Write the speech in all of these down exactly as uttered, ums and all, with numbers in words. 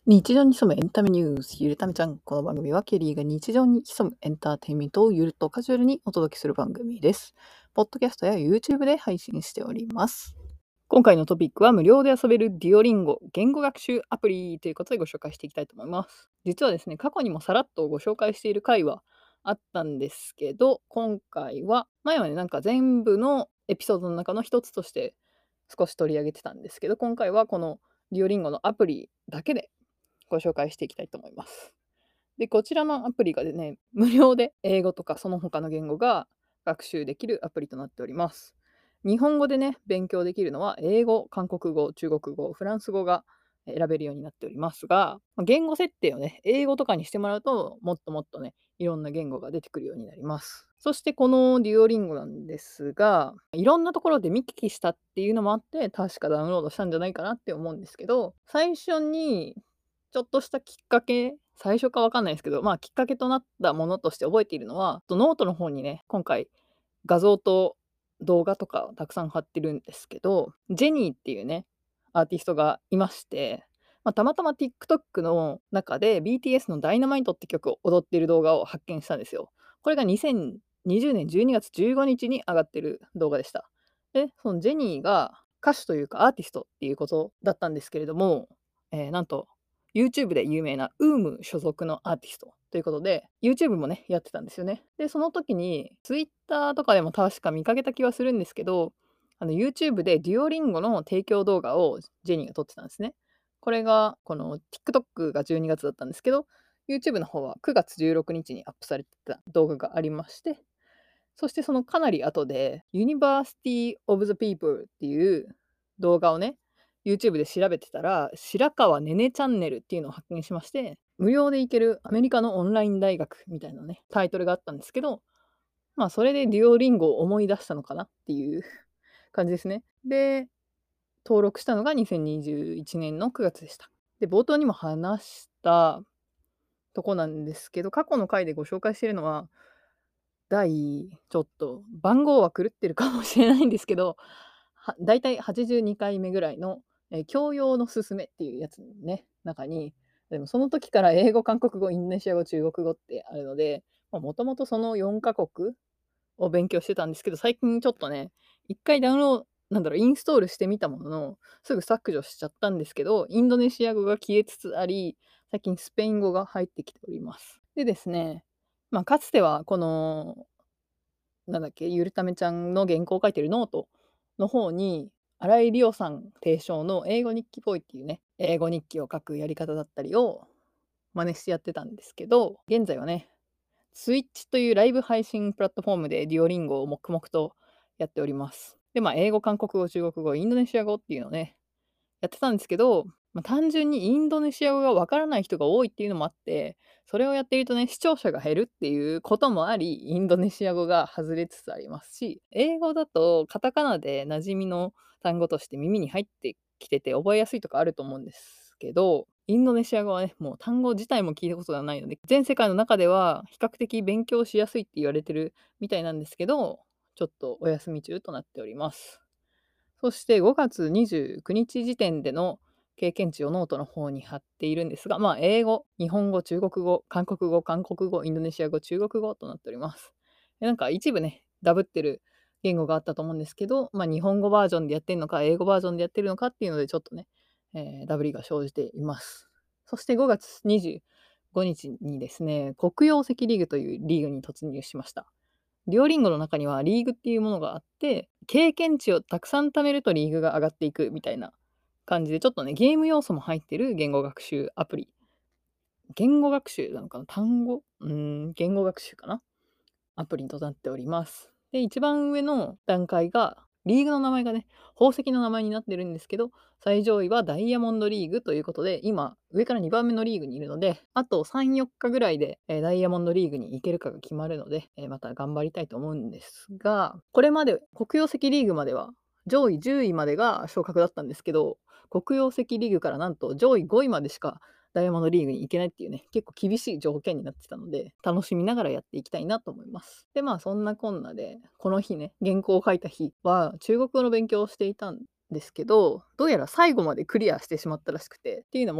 日常に潜むエンタメニュース、ゆるためちゃん。この番組はケリーが日常に潜むエンターテインメントをゆるっとカジュアルにお届けする番組です。ポッドキャストや YouTube で配信しております。今回のトピックは無料で遊べるデュオリンゴ言語学習アプリということでご紹介していきたいと思います。実はですね、過去にもさらっとご紹介している回はあったんですけど、今回は前はね、なんか全部のエピソードの中の一つとして少し取り上げてたんですけど、今回はこのデュオリンゴのアプリだけでご紹介していきたいと思います。で、こちらのアプリがでね、無料で英語とかその他の言語が学習できるアプリとなっております。日本語でね、勉強できるのは英語、韓国語、中国語、フランス語が選べるようになっておりますが、言語設定をね、英語とかにしてもらうと、もっともっとね、いろんな言語が出てくるようになります。そしてこのデュオリンゴなんですが、いろんなところで見聞きしたっていうのもあって、確かダウンロードしたんじゃないかなって思うんですけど、最初にちょっとしたきっかけ、最初かわかんないですけど、まあきっかけとなったものとして覚えているのは、ノートの方にね、今回画像と動画とかをたくさん貼ってるんですけど、ジェニーっていうね、アーティストがいまして、まあ、たまたま TikTok の中で ビーティーエス のダイナマイトって曲を踊っている動画を発見したんですよ。これがにせんにじゅうねんじゅうにがつじゅうごにちに上がってる動画でした。で、そのジェニーが歌手というかアーティストっていうことだったんですけれども、えーなんと YouTube で有名な ウーム 所属のアーティストということで、YouTube もね、やってたんですよね。で、その時に Twitter とかでも確か見かけた気はするんですけど、あの YouTube でデュオリンゴの提供動画をジェニーが撮ってたんですね。これが、この TikTok がじゅうにがつだったんですけど、YouTube の方はくがつじゅうろくにちにアップされてた動画がありまして、そしてそのかなり後で University of the People っていう動画をね、YouTube で調べてたら、白川ねねチャンネルっていうのを発見しまして、無料で行けるアメリカのオンライン大学みたいなね、タイトルがあったんですけど、まあそれでデュオリンゴを思い出したのかなっていう感じですね。で、登録したのがにせんにじゅういちねんのくがつでした。で、冒頭にも話したとこなんですけど、過去の回でご紹介しているのは、第ちょっと番号は狂ってるかもしれないんですけど、はだいたいはちじゅうにかいめぐらいの、え、教養のすすめっていうやつのね、中に、でもその時から英語、韓国語、インドネシア語、中国語ってあるので、ま、もともとそのよんカ国を勉強してたんですけど、最近ちょっとね、いっかいダウンローなんだろう、インストールしてみたものの、すぐ削除しちゃったんですけど、インドネシア語が消えつつあり、最近スペイン語が入ってきております。でですね、まあ、かつてはこの、なんだっけ、ゆるためちゃんの原稿を書いてるノートの方に、新井理央さん提唱の英語日記っぽいっていうね、英語日記を書くやり方だったりを真似してやってたんですけど、現在はね、Twitch というライブ配信プラットフォームでデュオリンゴを黙々とやっております。で、まあ、英語、韓国語、中国語、インドネシア語っていうのをね、やってたんですけど、まあ、単純にインドネシア語がわからない人が多いっていうのもあって、それをやっているとね、視聴者が減るっていうこともあり、インドネシア語が外れつつありますし、英語だとカタカナで馴染みの単語として耳に入ってきてて覚えやすいとかあると思うんですけど、インドネシア語はね、もう単語自体も聞いたことがないので、全世界の中では比較的勉強しやすいって言われてるみたいなんですけど、ちょっとお休み中となっております。そしてごがつにじゅうくにち時点での経験値をノートの方に貼っているんですが、まあ、英語、日本語、中国語、韓国語、韓国語、インドネシア語、中国語となっております。でなんか一部ね、ダブってる言語があったと思うんですけど、まあ、日本語バージョンでやってるのか、英語バージョンでやってるのかっていうので、ちょっとね、えーダブりが生じています。そしてごがつにじゅうごにちにですね、黒曜石リーグというリーグに突入しました。デュオリンゴの中にはリーグっていうものがあって、経験値をたくさん貯めるとリーグが上がっていくみたいな感じで、ちょっとね、ゲーム要素も入ってる言語学習アプリ。言語学習なのかな、単語うーん、言語学習かなアプリとなっております。で、一番上の段階が、リーグの名前がね、宝石の名前になってるんですけど、最上位はダイヤモンドリーグということで、今、上からにばんめのリーグにいるので、あとさん、よっかぐらいで、えーダイヤモンドリーグに行けるかが決まるので、えーまた頑張りたいと思うんですが、これまで、黒曜石リーグまでは、上位じゅういまでが昇格だったんですけど、黒曜石リーグからなんと上位ごいまでしかダイヤモンドリーグに行けないっていうね、結構厳しい条件になってたので、楽しみながらやっていきたいなと思います。で、まあそんなこんなで、この日ね、原稿を書いた日は中国語の勉強をしていたんですけど、どうやら最後までクリアしてしまったらしくて、っていうのも、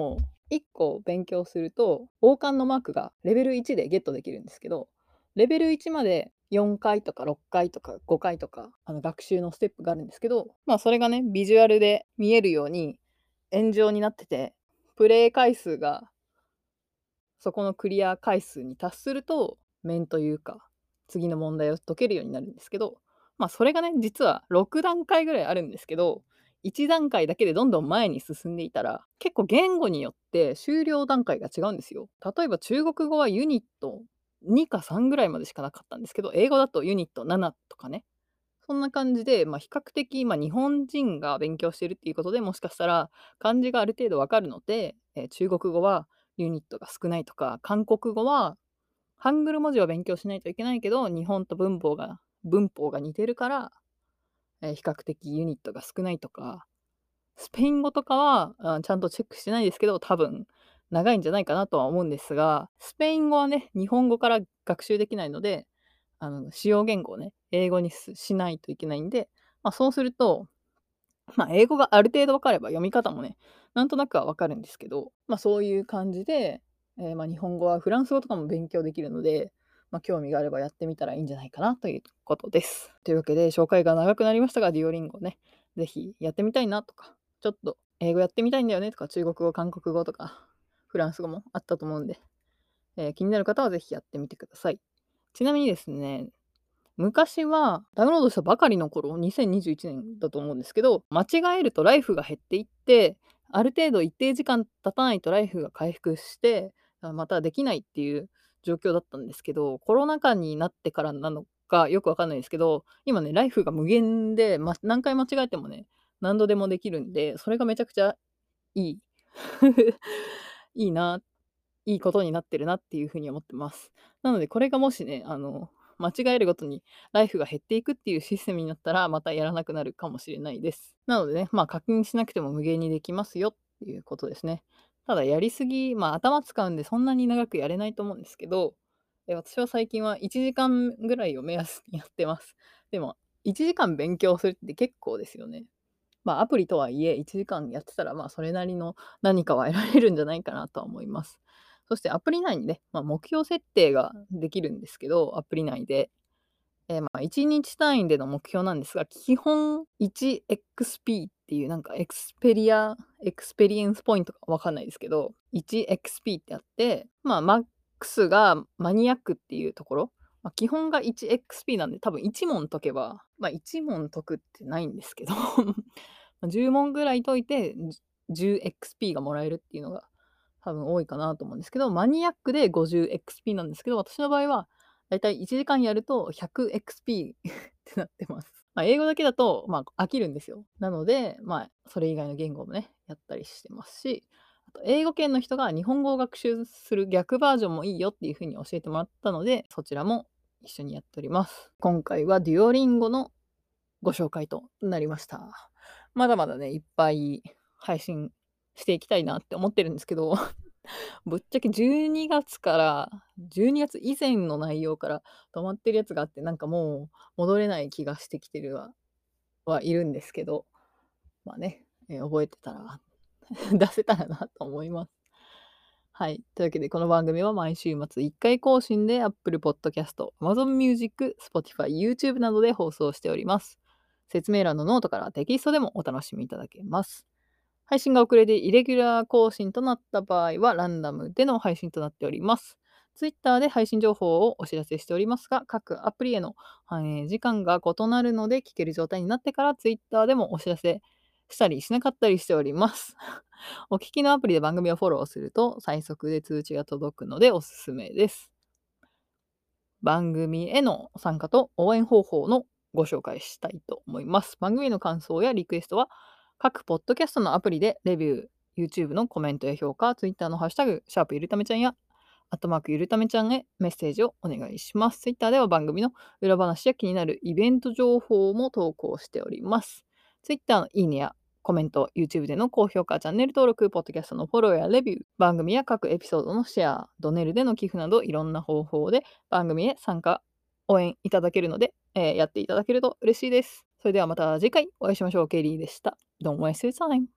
いっこ勉強すると、王冠のマークがレベルいちでゲットできるんですけど、レベルいちまでよんかいとかろっかいとかごかいとか、あの、学習のステップがあるんですけど、まあ、それがね、ビジュアルで見えるように円状になってて、プレイ回数がそこのクリア回数に達すると、面というか、次の問題を解けるようになるんですけど、まあ、それがね、実はろく段階ぐらいあるんですけど、いち段階だけでどんどん前に進んでいたら、結構言語によって終了段階が違うんですよ。例えば中国語はユニットにかさんぐらいまでしかなかったんですけど、英語だとユニットななとかね、そんな感じで、まあ、比較的、まあ、日本人が勉強してるっていうことで、もしかしたら漢字がある程度わかるので、えー中国語はユニットが少ないとか、韓国語はハングル文字を勉強しないといけないけど、日本と文法が文法が似てるから、えー比較的ユニットが少ないとか、スペイン語とかは、あ、ちゃんとチェックしてないですけど、多分長いんじゃないかなとは思うんですが、スペイン語はね、日本語から学習できないので、あの、使用言語をね、英語にすしないといけないんで、まあ、そうすると、まあ、英語がある程度分かれば読み方もね、なんとなくは分かるんですけど、まあ、そういう感じで、えーまあ、日本語はフランス語とかも勉強できるので、まあ、興味があればやってみたらいいんじゃないかなということです。というわけで、紹介が長くなりましたが、デュオリンゴね、ぜひやってみたいなとか、ちょっと英語やってみたいんだよねとか、中国語、韓国語とか、フランス語もあったと思うんで、えー気になる方はぜひやってみてください。ちなみにですね、昔はダウンロードしたばかりの頃、にせんにじゅういちねんだと思うんですけど、間違えるとライフが減っていって、ある程度一定時間経たないとライフが回復して、あ、またできないっていう状況だったんですけど、コロナ禍になってからなのかよくわかんないですけど、今ね、ライフが無限で、ま、何回間違えてもね、何度でもできるんで、それがめちゃくちゃいい。いいないいことになってるなっていう風に思ってます。なのでこれがもしね、あの、間違えるごとにライフが減っていくっていうシステムになったら、またやらなくなるかもしれないです。なのでね、まあ、課金しなくても無限にできますよっていうことですね。ただやりすぎ、まあ、頭使うんでそんなに長くやれないと思うんですけど、え、私は最近はいちじかんぐらいを目安にやってます。でも、いちじかん勉強するって結構ですよね。まあ、アプリとはいえ、いちじかんやってたら、まあ、それなりの何かは得られるんじゃないかなとは思います。そしてアプリ内にね、まあ、目標設定ができるんですけど、アプリ内で。えーまあ、いちにち単位での目標なんですが、基本 いちエックスピー っていうなんかエクスペリア、エクスペリエンスポイントかわかんないですけど、いちエックスピー ってあって、まあ、マックスがマニアックっていうところ、まあ、基本が いちエックスピー なんで多分いち問解けば、まあ、いち問解くってないんですけどまあじゅう問ぐらい解いて じゅうエックスピー がもらえるっていうのが多分多いかなと思うんですけど、マニアックで ごじゅうエックスピー なんですけど、私の場合はだいたいいちじかんやると ひゃくエックスピー ってなってます。まあ、英語だけだと、まあ、飽きるんですよ。なので、まあ、それ以外の言語もね、やったりしてますし、あと英語圏の人が日本語を学習する逆バージョンもいいよっていう風に教えてもらったので、そちらも一緒にやっております。今回はデュオリンゴのご紹介となりました。まだまだね、いっぱい配信していきたいなって思ってるんですけど、ぶっちゃけじゅうにがつから、じゅうにがつ以前の内容から止まってるやつがあって、なんかもう戻れない気がしてきてるははいるんですけど、まあね、えー覚えてたら出せたらなと思います。はい。というわけで、この番組は毎週末いっかい更新で Apple Podcast、Amazon Music、Spotify、YouTube などで放送しております。説明欄のノートからテキストでもお楽しみいただけます。配信が遅れてイレギュラー更新となった場合はランダムでの配信となっております。Twitter で配信情報をお知らせしておりますが、各アプリへの反映時間が異なるので聞ける状態になってから Twitter でもお知らせしたりしなかったりしております。お聞きのアプリで番組をフォローすると最速で通知が届くのでおすすめです。番組への参加と応援方法のご紹介したいと思います。番組の感想やリクエストは各ポッドキャストのアプリでレビュー、YouTube のコメントや評価、Twitter のハッシュタグ、シャープゆるためちゃんや、アットマークゆるためちゃんへメッセージをお願いします。Twitter では番組の裏話や気になるイベント情報も投稿しております。Twitter のいいねやコメント、YouTube での高評価、チャンネル登録、ポッドキャストのフォローやレビュー、番組や各エピソードのシェア、ドネルでの寄付などいろんな方法で番組へ参加、応援いただけるので、えーやっていただけると嬉しいです。それではまた次回お会いしましょう。ケリーでした。Don't waste your time.